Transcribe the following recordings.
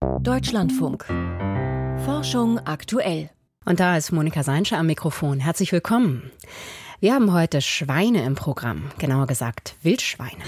Deutschlandfunk. Forschung aktuell. Und da ist Monika Seinscher am Mikrofon. Herzlich willkommen. Wir haben heute Schweine im Programm, genauer gesagt Wildschweine.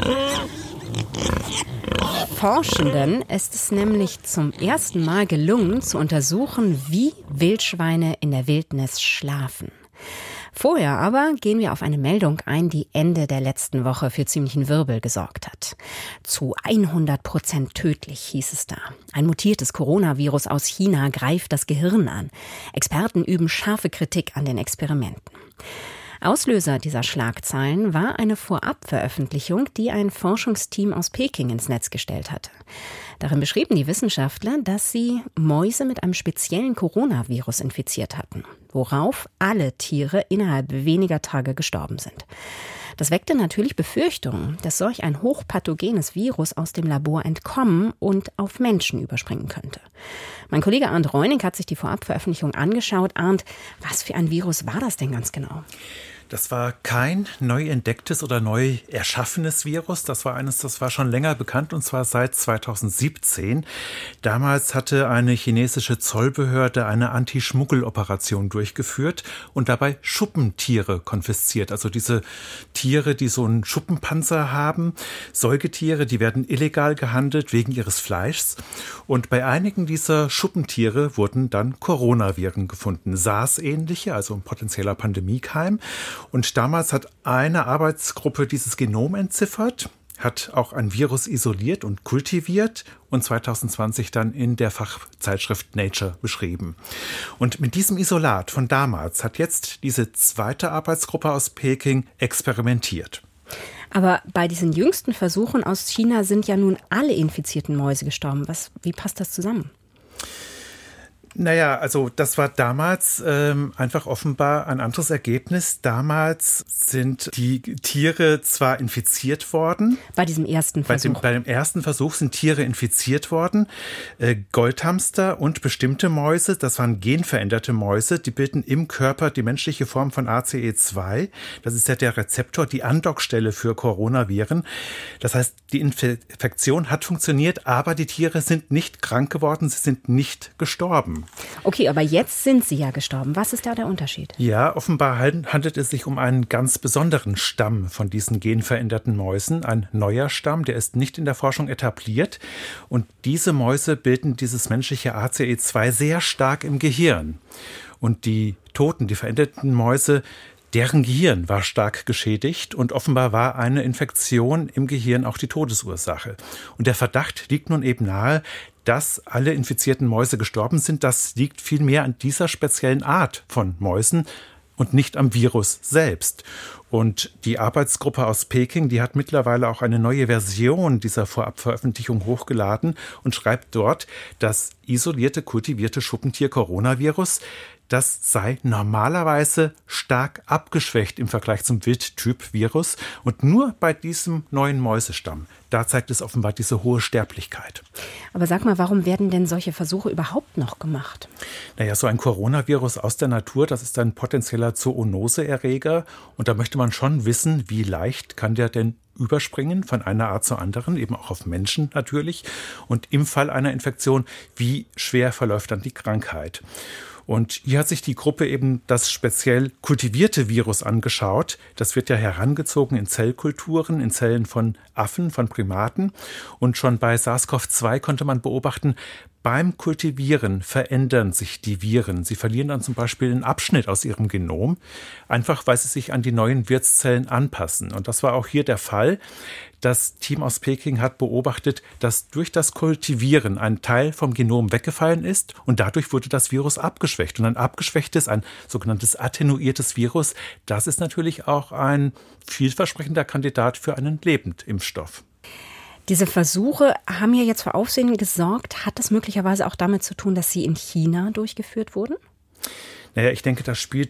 Forschenden ist es nämlich zum ersten Mal gelungen, zu untersuchen, wie Wildschweine in der Wildnis schlafen. Vorher aber gehen wir auf eine Meldung ein, die Ende der letzten Woche für ziemlichen Wirbel gesorgt hat. Zu 100% tödlich, hieß es da. Ein mutiertes Coronavirus aus China greift das Gehirn an. Experten üben scharfe Kritik an den Experimenten. Auslöser dieser Schlagzeilen war eine Vorabveröffentlichung, die ein Forschungsteam aus Peking ins Netz gestellt hatte. Darin beschrieben die Wissenschaftler, dass sie Mäuse mit einem speziellen Coronavirus infiziert hatten, worauf alle Tiere innerhalb weniger Tage gestorben sind. Das weckte natürlich Befürchtungen, dass solch ein hochpathogenes Virus aus dem Labor entkommen und auf Menschen überspringen könnte. Mein Kollege Arndt Reuning hat sich die Vorabveröffentlichung angeschaut. Arndt, was für ein Virus war das denn ganz genau? Das war kein neu entdecktes oder neu erschaffenes Virus. Das war eines, das war schon länger bekannt, und zwar seit 2017. Damals hatte eine chinesische Zollbehörde eine Anti-Schmuggel-Operation durchgeführt und dabei Schuppentiere konfisziert. Also diese Tiere, die so einen Schuppenpanzer haben, Säugetiere, die werden illegal gehandelt wegen ihres Fleischs. Und bei einigen dieser Schuppentiere wurden dann Coronaviren gefunden. SARS-ähnliche, also ein potenzieller Pandemiekeim. Und damals hat eine Arbeitsgruppe dieses Genom entziffert, hat auch ein Virus isoliert und kultiviert und 2020 dann in der Fachzeitschrift Nature beschrieben. Und mit diesem Isolat von damals hat jetzt diese zweite Arbeitsgruppe aus Peking experimentiert. Aber bei diesen jüngsten Versuchen aus China sind ja nun alle infizierten Mäuse gestorben. Wie passt das zusammen? Naja, also das war damals einfach offenbar ein anderes Ergebnis. Damals sind die Tiere zwar infiziert worden. Bei diesem ersten Versuch. Bei dem ersten Versuch sind Tiere infiziert worden. Goldhamster und bestimmte Mäuse, das waren genveränderte Mäuse, die bilden im Körper die menschliche Form von ACE2. Das ist ja der Rezeptor, die Andockstelle für Coronaviren. Das heißt, die Infektion hat funktioniert, aber die Tiere sind nicht krank geworden, sie sind nicht gestorben. Okay, aber jetzt sind sie ja gestorben. Was ist da der Unterschied? Ja, offenbar handelt es sich um einen ganz besonderen Stamm von diesen genveränderten Mäusen. Ein neuer Stamm, der ist nicht in der Forschung etabliert. Und diese Mäuse bilden dieses menschliche ACE2 sehr stark im Gehirn. Und die toten, die veränderten Mäuse, deren Gehirn war stark geschädigt und offenbar war eine Infektion im Gehirn auch die Todesursache. Und der Verdacht liegt nun eben nahe, dass alle infizierten Mäuse gestorben sind. Das liegt vielmehr an dieser speziellen Art von Mäusen und nicht am Virus selbst. Und die Arbeitsgruppe aus Peking, die hat mittlerweile auch eine neue Version dieser Vorabveröffentlichung hochgeladen und schreibt dort, das isolierte, kultivierte Schuppentier-Coronavirus, das sei normalerweise stark abgeschwächt im Vergleich zum Wildtyp-Virus. Und nur bei diesem neuen Mäusestamm, da zeigt es offenbar diese hohe Sterblichkeit. Aber sag mal, warum werden denn solche Versuche überhaupt noch gemacht? Naja, so ein Coronavirus aus der Natur, das ist ein potenzieller Zoonoseerreger. Und da möchte man schon wissen, wie leicht kann der denn überspringen von einer Art zur anderen, eben auch auf Menschen natürlich. Und im Fall einer Infektion, wie schwer verläuft dann die Krankheit? Und hier hat sich die Gruppe eben das speziell kultivierte Virus angeschaut. Das wird ja herangezogen in Zellkulturen, in Zellen von Affen, von Primaten. Und schon bei SARS-CoV-2 konnte man beobachten, beim Kultivieren verändern sich die Viren. Sie verlieren dann zum Beispiel einen Abschnitt aus ihrem Genom, einfach weil sie sich an die neuen Wirtszellen anpassen. Und das war auch hier der Fall. Das Team aus Peking hat beobachtet, dass durch das Kultivieren ein Teil vom Genom weggefallen ist und dadurch wurde das Virus abgeschwächt. Und ein abgeschwächtes, ein sogenanntes attenuiertes Virus, das ist natürlich auch ein vielversprechender Kandidat für einen Lebendimpfstoff. Diese Versuche haben ja jetzt für Aufsehen gesorgt. Hat das möglicherweise auch damit zu tun, dass sie in China durchgeführt wurden? Naja, ich denke, das spielt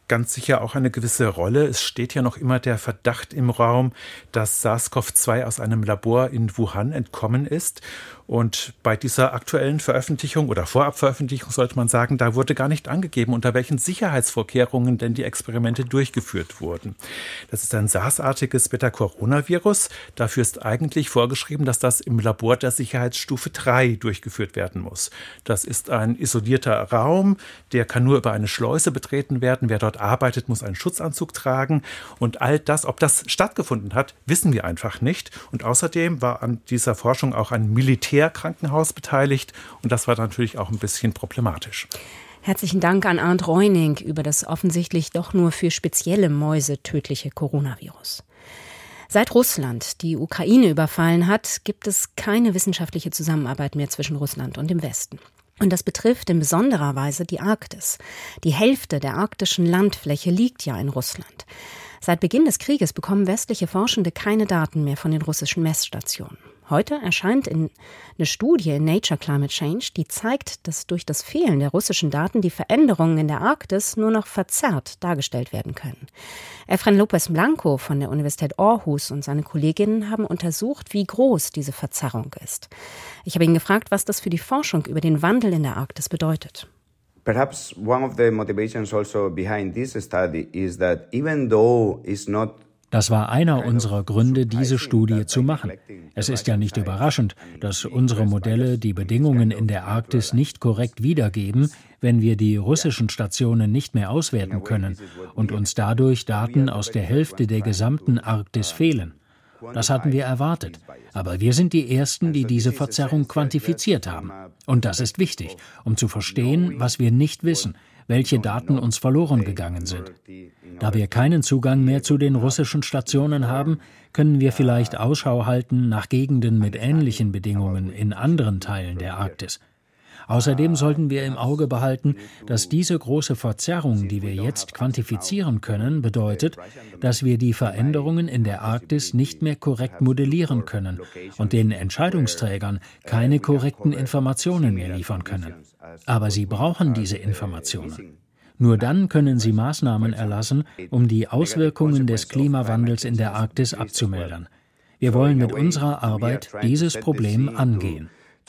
ganz sicher auch eine gewisse Rolle. Es steht ja noch immer der Verdacht im Raum, dass SARS-CoV-2 aus einem Labor in Wuhan entkommen ist. Und bei dieser aktuellen Veröffentlichung oder Vorabveröffentlichung sollte man sagen, da wurde gar nicht angegeben, unter welchen Sicherheitsvorkehrungen denn die Experimente durchgeführt wurden. Das ist ein SARS-artiges Beta-Coronavirus. Dafür ist eigentlich vorgeschrieben, dass das im Labor der Sicherheitsstufe 3 durchgeführt werden muss. Das ist ein isolierter Raum, der kann nur über eine Schleuse betreten werden. Wer dort arbeitet, muss einen Schutzanzug tragen. Und all das, ob das stattgefunden hat, wissen wir einfach nicht. Und außerdem war an dieser Forschung auch ein Militärkrankenhaus beteiligt. Und das war natürlich auch ein bisschen problematisch. Herzlichen Dank an Arndt Reuning über das offensichtlich doch nur für spezielle Mäuse tödliche Coronavirus. Seit Russland die Ukraine überfallen hat, gibt es keine wissenschaftliche Zusammenarbeit mehr zwischen Russland und dem Westen. Und das betrifft in besonderer Weise die Arktis. Die Hälfte der arktischen Landfläche liegt ja in Russland. Seit Beginn des Krieges bekommen westliche Forschende keine Daten mehr von den russischen Messstationen. Heute erscheint eine Studie in Nature Climate Change, die zeigt, dass durch das Fehlen der russischen Daten die Veränderungen in der Arktis nur noch verzerrt dargestellt werden können. Efren López Blanco von der Universität Aarhus und seine Kolleginnen haben untersucht, wie groß diese Verzerrung ist. Ich habe ihn gefragt, was das für die Forschung über den Wandel in der Arktis bedeutet. Perhaps one of the motivations also behind this study is that even though it's not Das war einer unserer Gründe, diese Studie zu machen. Es ist ja nicht überraschend, dass unsere Modelle die Bedingungen in der Arktis nicht korrekt wiedergeben, wenn wir die russischen Stationen nicht mehr auswerten können und uns dadurch Daten aus der Hälfte der gesamten Arktis fehlen. Das hatten wir erwartet. Aber wir sind die Ersten, die diese Verzerrung quantifiziert haben. Und das ist wichtig, um zu verstehen, was wir nicht wissen, welche Daten uns verloren gegangen sind. Da wir keinen Zugang mehr zu den russischen Stationen haben, können wir vielleicht Ausschau halten nach Gegenden mit ähnlichen Bedingungen in anderen Teilen der Arktis. Außerdem sollten wir im Auge behalten, dass diese große Verzerrung, die wir jetzt quantifizieren können, bedeutet, dass wir die Veränderungen in der Arktis nicht mehr korrekt modellieren können und den Entscheidungsträgern keine korrekten Informationen mehr liefern können. Aber sie brauchen diese Informationen. Nur dann können sie Maßnahmen erlassen, um die Auswirkungen des Klimawandels in der Arktis abzumildern. Wir wollen mit unserer Arbeit dieses Problem angehen.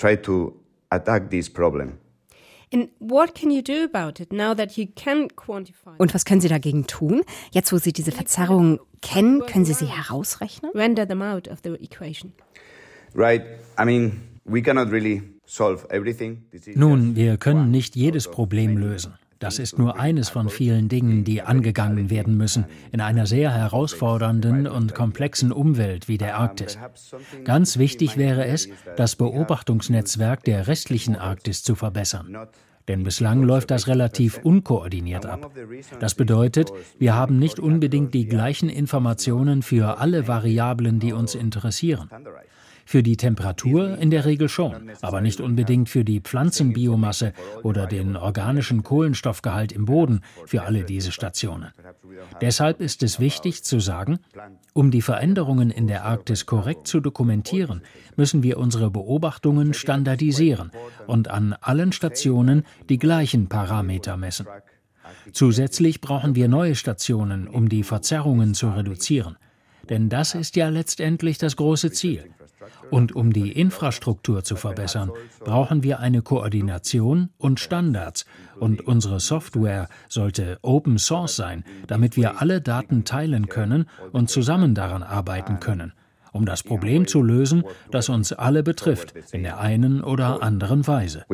Und was können Sie dagegen tun? Jetzt, wo Sie diese Verzerrung kennen, können Sie sie herausrechnen? Nun, wir können nicht jedes Problem lösen. Das ist nur eines von vielen Dingen, die angegangen werden müssen in einer sehr herausfordernden und komplexen Umwelt wie der Arktis. Ganz wichtig wäre es, das Beobachtungsnetzwerk der restlichen Arktis zu verbessern. Denn bislang läuft das relativ unkoordiniert ab. Das bedeutet, wir haben nicht unbedingt die gleichen Informationen für alle Variablen, die uns interessieren. Für die Temperatur in der Regel schon, aber nicht unbedingt für die Pflanzenbiomasse oder den organischen Kohlenstoffgehalt im Boden für alle diese Stationen. Deshalb ist es wichtig zu sagen, um die Veränderungen in der Arktis korrekt zu dokumentieren, müssen wir unsere Beobachtungen standardisieren und an allen Stationen die gleichen Parameter messen. Zusätzlich brauchen wir neue Stationen, um die Verzerrungen zu reduzieren. Denn das ist ja letztendlich das große Ziel. Und um die Infrastruktur zu verbessern, brauchen wir eine Koordination und Standards. Und unsere Software sollte Open Source sein, damit wir alle Daten teilen können und zusammen daran arbeiten können, um das Problem zu lösen, das uns alle betrifft, in der einen oder anderen Weise.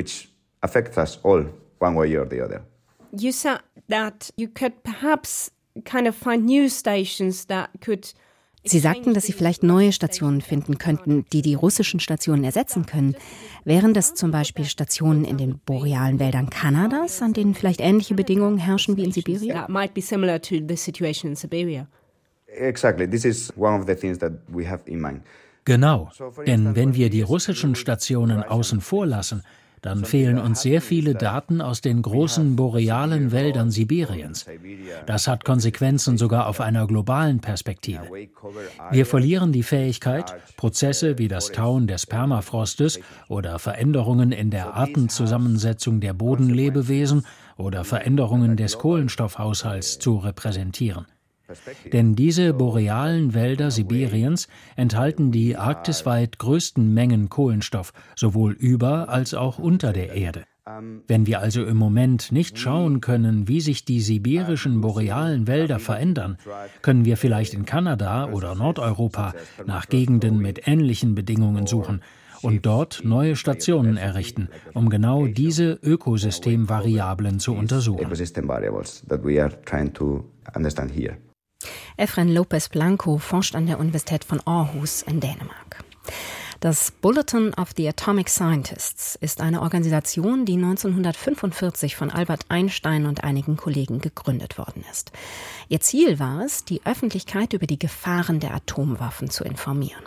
You said that you could perhaps kind of find new stations that could. Sie sagten, dass Sie vielleicht neue Stationen finden könnten, die die russischen Stationen ersetzen können. Wären das zum Beispiel Stationen in den borealen Wäldern Kanadas, an denen vielleicht ähnliche Bedingungen herrschen wie in Sibirien? That might be similar to the situation in Siberia. Exactly. This is one of the things that we have in mind. Genau, denn wenn wir die russischen Stationen außen vor lassen, dann fehlen uns sehr viele Daten aus den großen borealen Wäldern Sibiriens. Das hat Konsequenzen sogar auf einer globalen Perspektive. Wir verlieren die Fähigkeit, Prozesse wie das Tauen des Permafrostes oder Veränderungen in der Artenzusammensetzung der Bodenlebewesen oder Veränderungen des Kohlenstoffhaushalts zu repräsentieren. Denn diese borealen Wälder Sibiriens enthalten die arktisweit größten Mengen Kohlenstoff, sowohl über als auch unter der Erde. Wenn wir also im Moment nicht schauen können, wie sich die sibirischen borealen Wälder verändern, können wir vielleicht in Kanada oder Nordeuropa nach Gegenden mit ähnlichen Bedingungen suchen und dort neue Stationen errichten, um genau diese Ökosystemvariablen zu untersuchen. Efren Lopez Blanco forscht an der Universität von Aarhus in Dänemark. Das Bulletin of the Atomic Scientists ist eine Organisation, die 1945 von Albert Einstein und einigen Kollegen gegründet worden ist. Ihr Ziel war es, die Öffentlichkeit über die Gefahren der Atomwaffen zu informieren.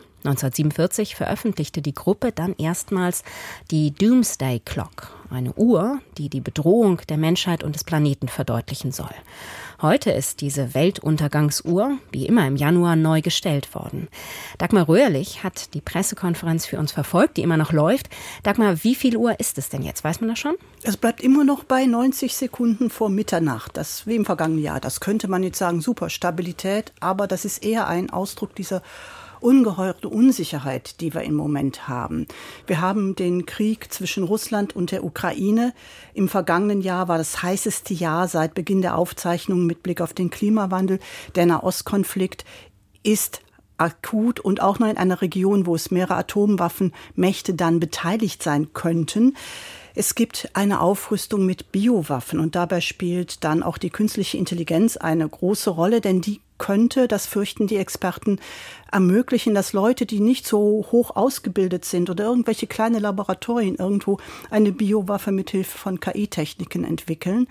1947 veröffentlichte die Gruppe dann erstmals die Doomsday Clock, eine Uhr, die die Bedrohung der Menschheit und des Planeten verdeutlichen soll. Heute ist diese Weltuntergangsuhr, wie immer im Januar, neu gestellt worden. Dagmar Röhrlich hat die Pressekonferenz für uns verfolgt, die immer noch läuft. Dagmar, wie viel Uhr ist es denn jetzt? Weiß man das schon? Es bleibt immer noch bei 90 Sekunden vor Mitternacht. Das wie im vergangenen Jahr. Das könnte man jetzt sagen, super Stabilität, aber das ist eher ein Ausdruck dieser ungeheure Unsicherheit, die wir im Moment haben. Wir haben den Krieg zwischen Russland und der Ukraine. Im vergangenen Jahr war das heißeste Jahr seit Beginn der Aufzeichnungen mit Blick auf den Klimawandel. Der Nahostkonflikt ist akut und auch noch in einer Region, wo es mehrere Atomwaffenmächte dann beteiligt sein könnten. Es gibt eine Aufrüstung mit Biowaffen und dabei spielt dann auch die künstliche Intelligenz eine große Rolle, denn die könnte, das fürchten die Experten, ermöglichen, dass Leute, die nicht so hoch ausgebildet sind oder irgendwelche kleine Laboratorien irgendwo eine Biowaffe mit Hilfe von KI-Techniken entwickeln.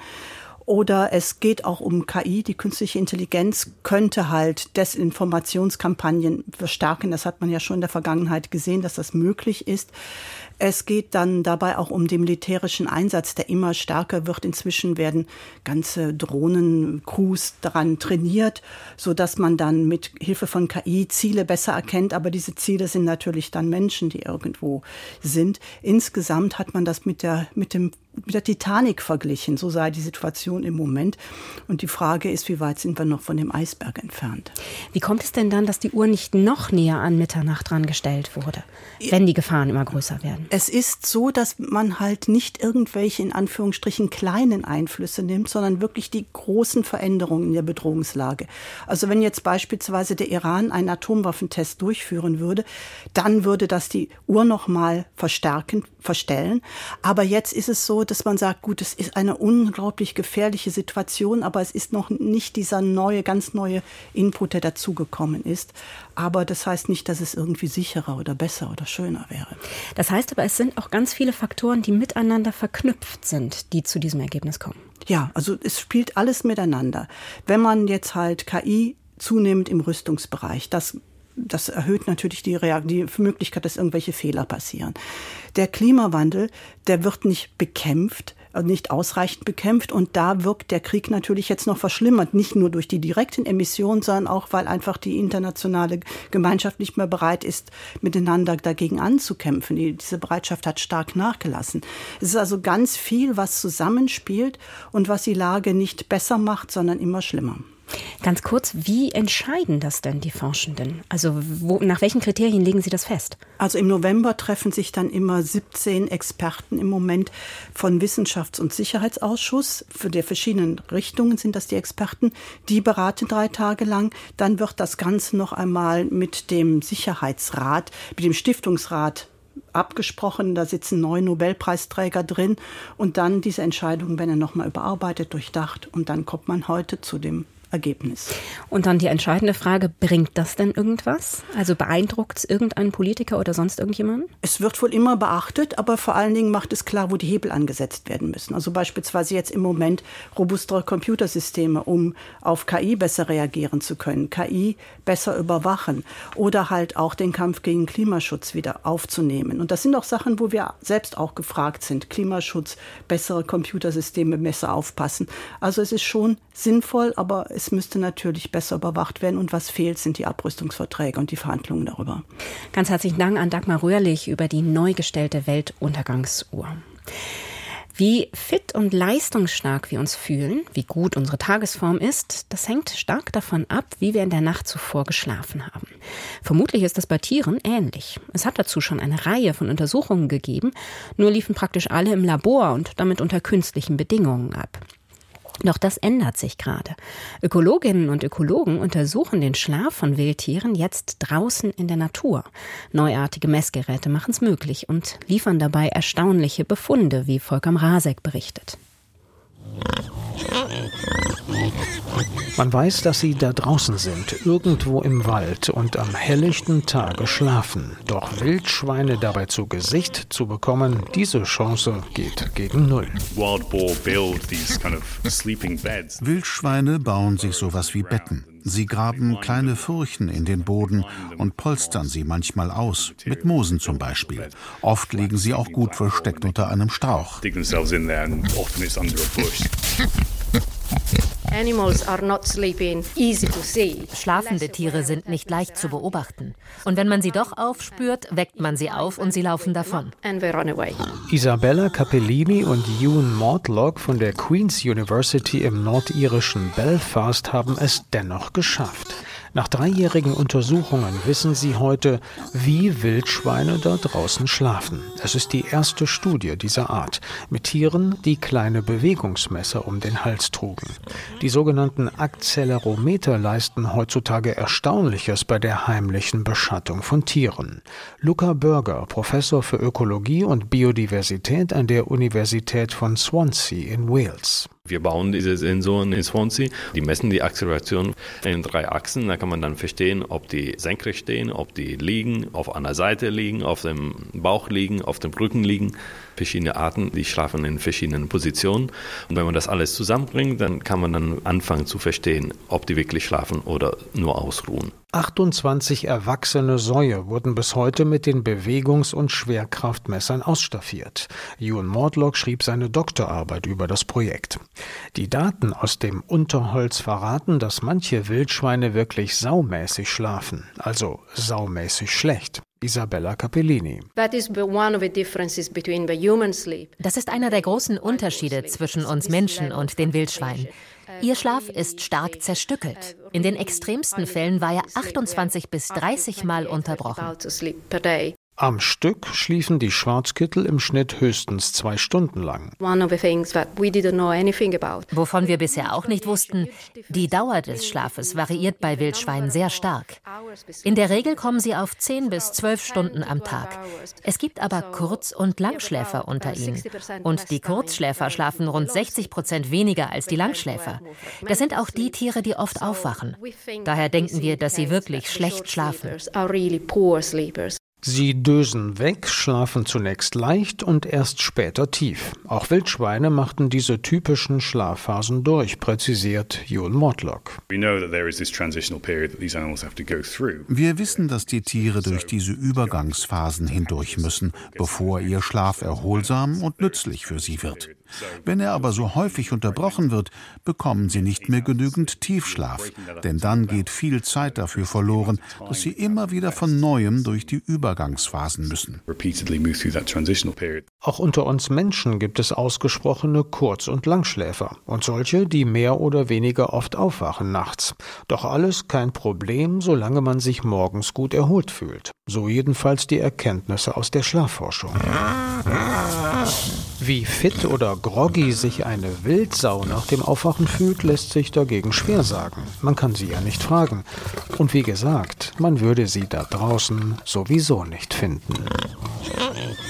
Oder es geht auch um KI, die künstliche Intelligenz könnte halt Desinformationskampagnen verstärken. Das hat man ja schon in der Vergangenheit gesehen, dass das möglich ist. Es geht dann dabei auch um den militärischen Einsatz, der immer stärker wird. Inzwischen werden ganze Drohnencrews daran trainiert, sodass man dann mit Hilfe von KI Ziele besser erkennt. Aber diese Ziele sind natürlich dann Menschen, die irgendwo sind. Insgesamt hat man das mit der Titanic verglichen. So sei die Situation im Moment. Und die Frage ist, wie weit sind wir noch von dem Eisberg entfernt? Wie kommt es denn dann, dass die Uhr nicht noch näher an Mitternacht dran gestellt wurde, wenn die Gefahren immer größer werden? Es ist so, dass man halt nicht irgendwelche, in Anführungsstrichen, kleinen Einflüsse nimmt, sondern wirklich die großen Veränderungen in der Bedrohungslage. Also wenn jetzt beispielsweise der Iran einen Atomwaffentest durchführen würde, dann würde das die Uhr nochmal verstellen. Aber jetzt ist es so, dass man sagt, gut, es ist eine unglaublich gefährliche Situation, aber es ist noch nicht dieser ganz neue Input, der dazugekommen ist. Aber das heißt nicht, dass es irgendwie sicherer oder besser oder schöner wäre. Das heißt aber, es sind auch ganz viele Faktoren, die miteinander verknüpft sind, die zu diesem Ergebnis kommen. Ja, also es spielt alles miteinander. Wenn man jetzt halt KI zunehmend im Rüstungsbereich, das erhöht natürlich die Möglichkeit, dass irgendwelche Fehler passieren. Der Klimawandel, der wird nicht bekämpft, nicht ausreichend bekämpft und da wirkt der Krieg natürlich jetzt noch verschlimmert. Nicht nur durch die direkten Emissionen, sondern auch, weil einfach die internationale Gemeinschaft nicht mehr bereit ist, miteinander dagegen anzukämpfen. Diese Bereitschaft hat stark nachgelassen. Es ist also ganz viel, was zusammenspielt und was die Lage nicht besser macht, sondern immer schlimmer. Ganz kurz, wie entscheiden das denn die Forschenden? Also nach welchen Kriterien legen Sie das fest? Also im November treffen sich dann immer 17 Experten im Moment von Wissenschafts- und Sicherheitsausschuss. Für die verschiedenen Richtungen sind das die Experten. Die beraten 3 Tage lang. Dann wird das Ganze noch einmal mit dem Sicherheitsrat, mit dem Stiftungsrat abgesprochen, da sitzen 9 Nobelpreisträger drin und dann diese Entscheidungen werden dann nochmal überarbeitet, durchdacht und dann kommt man heute zu dem Ergebnis. Und dann die entscheidende Frage, bringt das denn irgendwas? Also beeindruckt es irgendeinen Politiker oder sonst irgendjemanden? Es wird wohl immer beachtet, aber vor allen Dingen macht es klar, wo die Hebel angesetzt werden müssen. Also beispielsweise jetzt im Moment robustere Computersysteme, um auf KI besser reagieren zu können, KI besser überwachen oder halt auch den Kampf gegen Klimaschutz wieder aufzunehmen. Und das sind auch Sachen, wo wir selbst auch gefragt sind. Klimaschutz, bessere Computersysteme, besser aufpassen. Also es ist schon sinnvoll, aber es müsste natürlich besser überwacht werden. Und was fehlt, sind die Abrüstungsverträge und die Verhandlungen darüber. Ganz herzlichen Dank an Dagmar Röhrlich über die neu gestellte Weltuntergangsuhr. Wie fit und leistungsstark wir uns fühlen, wie gut unsere Tagesform ist, das hängt stark davon ab, wie wir in der Nacht zuvor geschlafen haben. Vermutlich ist das bei Tieren ähnlich. Es hat dazu schon eine Reihe von Untersuchungen gegeben, nur liefen praktisch alle im Labor und damit unter künstlichen Bedingungen ab. Doch das ändert sich gerade. Ökologinnen und Ökologen untersuchen den Schlaf von Wildtieren jetzt draußen in der Natur. Neuartige Messgeräte machen es möglich und liefern dabei erstaunliche Befunde, wie Volker Mrazek berichtet. Man weiß, dass sie da draußen sind, irgendwo im Wald und am helllichten Tage schlafen. Doch Wildschweine dabei zu Gesicht zu bekommen, diese Chance geht gegen null. Wildschweine bauen sich sowas wie Betten. Sie graben kleine Furchen in den Boden und polstern sie manchmal aus, mit Moosen zum Beispiel. Oft liegen sie auch gut versteckt unter einem Strauch. Schlafende Tiere sind nicht leicht zu beobachten. Und wenn man sie doch aufspürt, weckt man sie auf und sie laufen davon. Isabella Capellini und Ewan Mortlock von der Queen's University im nordirischen Belfast haben es dennoch geschafft. Nach 3-jährigen Untersuchungen wissen sie heute, wie Wildschweine da draußen schlafen. Es ist die erste Studie dieser Art mit Tieren, die kleine Bewegungsmesser um den Hals trugen. Die sogenannten Akzelerometer leisten heutzutage Erstaunliches bei der heimlichen Beschattung von Tieren. Luca Burger, Professor für Ökologie und Biodiversität an der Universität von Swansea in Wales. Wir bauen diese Sensoren in Swansea, die messen die Acceleration in 3 Achsen. Da kann man dann verstehen, ob die senkrecht stehen, ob die liegen, auf einer Seite liegen, auf dem Bauch liegen, auf dem Rücken liegen. Verschiedene Arten, die schlafen in verschiedenen Positionen. Und wenn man das alles zusammenbringt, dann kann man dann anfangen zu verstehen, ob die wirklich schlafen oder nur ausruhen. 28 erwachsene Säue wurden bis heute mit den Bewegungs- und Schwerkraftmessern ausstaffiert. Ewan Mortlock schrieb seine Doktorarbeit über das Projekt. Die Daten aus dem Unterholz verraten, dass manche Wildschweine wirklich saumäßig schlafen, also saumäßig schlecht. Isabella Capellini. Das ist einer der großen Unterschiede zwischen uns Menschen und den Wildschweinen. Ihr Schlaf ist stark zerstückelt. In den extremsten Fällen war er 28 bis 30 Mal unterbrochen. Am Stück schliefen die Schwarzkittel im Schnitt höchstens 2 Stunden lang. Wovon wir bisher auch nicht wussten, die Dauer des Schlafes variiert bei Wildschweinen sehr stark. In der Regel kommen sie auf 10 bis 12 Stunden am Tag. Es gibt aber Kurz- und Langschläfer unter ihnen. Und die Kurzschläfer schlafen rund 60% weniger als die Langschläfer. Das sind auch die Tiere, die oft aufwachen. Daher denken wir, dass sie wirklich schlecht schlafen. Sie dösen weg, schlafen zunächst leicht und erst später tief. Auch Wildschweine machten diese typischen Schlafphasen durch, präzisiert Ewan Mortlock. Wir wissen, dass die Tiere durch diese Übergangsphasen hindurch müssen, bevor ihr Schlaf erholsam und nützlich für sie wird. Wenn er aber so häufig unterbrochen wird, bekommen sie nicht mehr genügend Tiefschlaf, denn dann geht viel Zeit dafür verloren, dass sie immer wieder von Neuem durch die Übergangsphasen müssen. Auch unter uns Menschen gibt es ausgesprochene Kurz- und Langschläfer und solche, die mehr oder weniger oft aufwachen nachts. Doch alles kein Problem, solange man sich morgens gut erholt fühlt. So jedenfalls die Erkenntnisse aus der Schlafforschung. Wie fit oder groggy sich eine Wildsau nach dem Aufwachen fühlt, lässt sich dagegen schwer sagen. Man kann sie ja nicht fragen. Und wie gesagt, man würde sie da draußen sowieso nicht finden.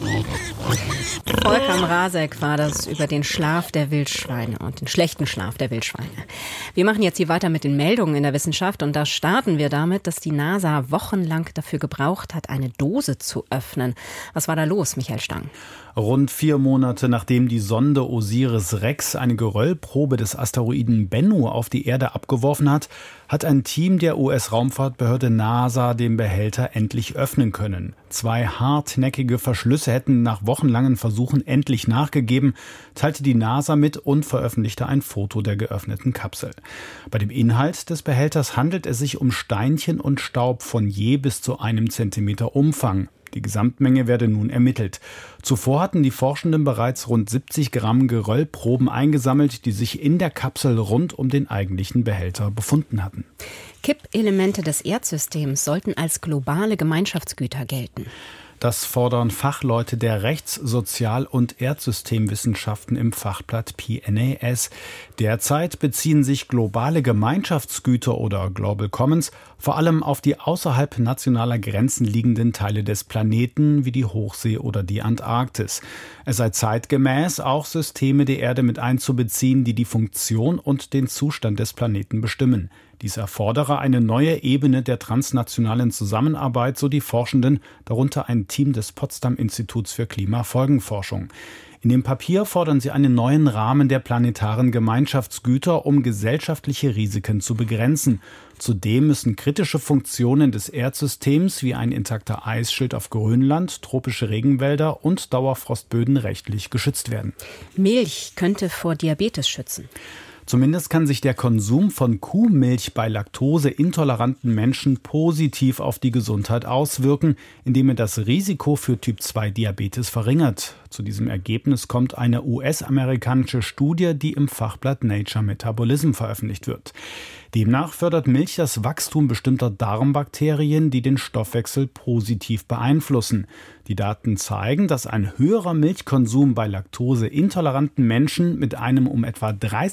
Volker Mrazek war das über den Schlaf der Wildschweine und den schlechten Schlaf der Wildschweine. Wir machen jetzt hier weiter mit den Meldungen in der Wissenschaft und da starten wir damit, dass die NASA wochenlang dafür gebraucht hat, eine Dose zu öffnen. Was war da los, Michael Stang? Rund 4 Monate nachdem die Sonde OSIRIS-REx eine Geröllprobe des Asteroiden Bennu auf die Erde abgeworfen hat, hat ein Team der US-Raumfahrtbehörde NASA den Behälter endlich öffnen können. 2 hartnäckige Verschlüsse hätten nach wochenlangen Versuchen endlich nachgegeben, teilte die NASA mit und veröffentlichte ein Foto der geöffneten Kapsel. Bei dem Inhalt des Behälters handelt es sich um Steinchen und Staub von je bis zu 1 Zentimeter Umfang. Die Gesamtmenge werde nun ermittelt. Zuvor hatten die Forschenden bereits rund 70 Gramm Geröllproben eingesammelt, die sich in der Kapsel rund um den eigentlichen Behälter befunden hatten. Kippelemente des Erdsystems sollten als globale Gemeinschaftsgüter gelten. Das fordern Fachleute der Rechts-, Sozial- und Erdsystemwissenschaften im Fachblatt PNAS. Derzeit beziehen sich globale Gemeinschaftsgüter oder Global Commons vor allem auf die außerhalb nationaler Grenzen liegenden Teile des Planeten wie die Hochsee oder die Antarktis. Es sei zeitgemäß, auch Systeme der Erde mit einzubeziehen, die die Funktion und den Zustand des Planeten bestimmen. Dies erfordere eine neue Ebene der transnationalen Zusammenarbeit, so die Forschenden, darunter ein Team des Potsdam-Instituts für Klimafolgenforschung. In dem Papier fordern sie einen neuen Rahmen der planetaren Gemeinschaftsgüter, um gesellschaftliche Risiken zu begrenzen. Zudem müssen kritische Funktionen des Erdsystems wie ein intakter Eisschild auf Grönland, tropische Regenwälder und Dauerfrostböden rechtlich geschützt werden. Milch könnte vor Diabetes schützen. Zumindest kann sich der Konsum von Kuhmilch bei laktoseintoleranten Menschen positiv auf die Gesundheit auswirken, indem er das Risiko für Typ-2-Diabetes verringert. Zu diesem Ergebnis kommt eine US-amerikanische Studie, die im Fachblatt Nature Metabolism veröffentlicht wird. Demnach fördert Milch das Wachstum bestimmter Darmbakterien, die den Stoffwechsel positiv beeinflussen. Die Daten zeigen, dass ein höherer Milchkonsum bei laktoseintoleranten Menschen mit einem um etwa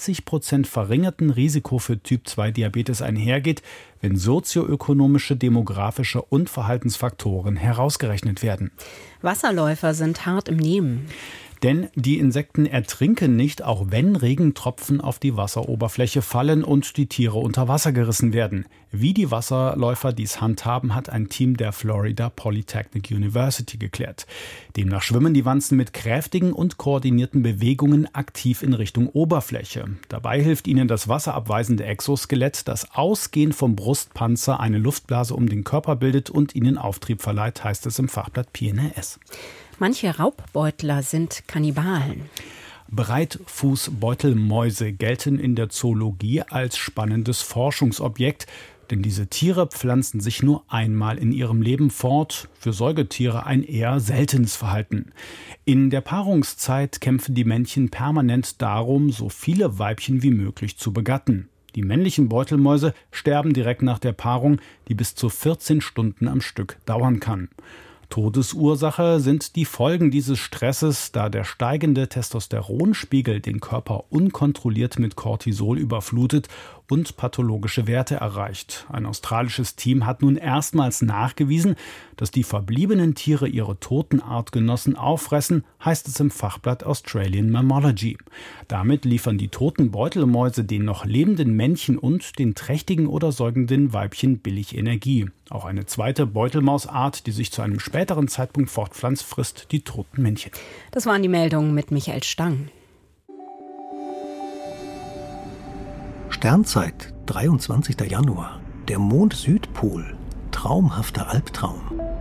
30% verringerten Risiko für Typ-2-Diabetes einhergeht, wenn sozioökonomische, demografische und Verhaltensfaktoren herausgerechnet werden. Wasserläufer sind hart im Nehmen. Denn die Insekten ertrinken nicht, auch wenn Regentropfen auf die Wasseroberfläche fallen und die Tiere unter Wasser gerissen werden. Wie die Wasserläufer dies handhaben, hat ein Team der Florida Polytechnic University geklärt. Demnach schwimmen die Wanzen mit kräftigen und koordinierten Bewegungen aktiv in Richtung Oberfläche. Dabei hilft ihnen das wasserabweisende Exoskelett, das ausgehend vom Brustpanzer eine Luftblase um den Körper bildet und ihnen Auftrieb verleiht, heißt es im Fachblatt PNAS. Manche Raubbeutler sind Kannibalen. Breitfußbeutelmäuse gelten in der Zoologie als spannendes Forschungsobjekt, denn diese Tiere pflanzen sich nur einmal in ihrem Leben fort, für Säugetiere ein eher seltenes Verhalten. In der Paarungszeit kämpfen die Männchen permanent darum, so viele Weibchen wie möglich zu begatten. Die männlichen Beutelmäuse sterben direkt nach der Paarung, die bis zu 14 Stunden am Stück dauern kann. Todesursache sind die Folgen dieses Stresses, da der steigende Testosteronspiegel den Körper unkontrolliert mit Cortisol überflutet und pathologische Werte erreicht. Ein australisches Team hat nun erstmals nachgewiesen, dass die verbliebenen Tiere ihre toten Artgenossen auffressen, heißt es im Fachblatt Australian Mammalogy. Damit liefern die toten Beutelmäuse den noch lebenden Männchen und den trächtigen oder säugenden Weibchen billig Energie. Auch eine zweite Beutelmausart, die sich zu einem späteren Zeitpunkt fortpflanzt, frisst die toten Männchen. Das waren die Meldungen mit Michael Stang. Sternzeit, 23. Januar. Der Mond-Südpol. Traumhafter Albtraum.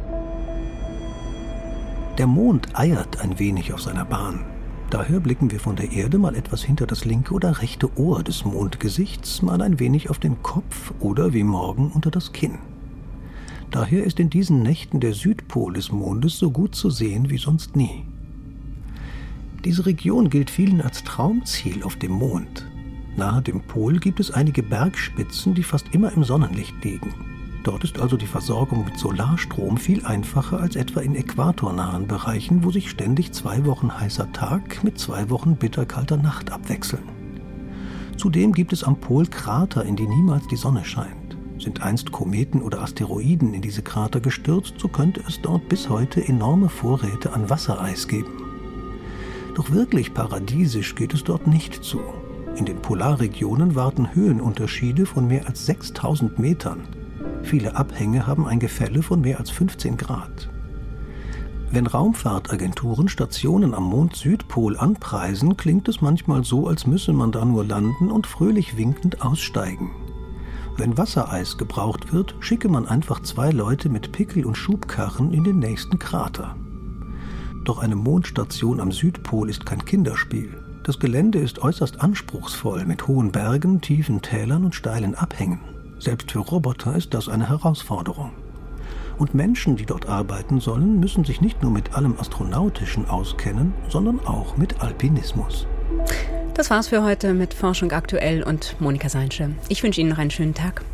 Der Mond eiert ein wenig auf seiner Bahn. Daher blicken wir von der Erde mal etwas hinter das linke oder rechte Ohr des Mondgesichts, mal ein wenig auf den Kopf oder wie morgen unter das Kinn. Daher ist in diesen Nächten der Südpol des Mondes so gut zu sehen wie sonst nie. Diese Region gilt vielen als Traumziel auf dem Mond. Nahe dem Pol gibt es einige Bergspitzen, die fast immer im Sonnenlicht liegen. Dort ist also die Versorgung mit Solarstrom viel einfacher als etwa in äquatornahen Bereichen, wo sich ständig 2 Wochen heißer Tag mit 2 Wochen bitterkalter Nacht abwechseln. Zudem gibt es am Pol Krater, in die niemals die Sonne scheint. Sind einst Kometen oder Asteroiden in diese Krater gestürzt, so könnte es dort bis heute enorme Vorräte an Wassereis geben. Doch wirklich paradiesisch geht es dort nicht zu. In den Polarregionen warten Höhenunterschiede von mehr als 6000 Metern. Viele Abhänge haben ein Gefälle von mehr als 15 Grad. Wenn Raumfahrtagenturen Stationen am Mond-Südpol anpreisen, klingt es manchmal so, als müsse man da nur landen und fröhlich winkend aussteigen. Wenn Wassereis gebraucht wird, schicke man einfach 2 Leute mit Pickel und Schubkarren in den nächsten Krater. Doch eine Mondstation am Südpol ist kein Kinderspiel. Das Gelände ist äußerst anspruchsvoll mit hohen Bergen, tiefen Tälern und steilen Abhängen. Selbst für Roboter ist das eine Herausforderung. Und Menschen, die dort arbeiten sollen, müssen sich nicht nur mit allem Astronautischen auskennen, sondern auch mit Alpinismus. Das war's für heute mit Forschung aktuell und Monika Seinsche. Ich wünsche Ihnen noch einen schönen Tag.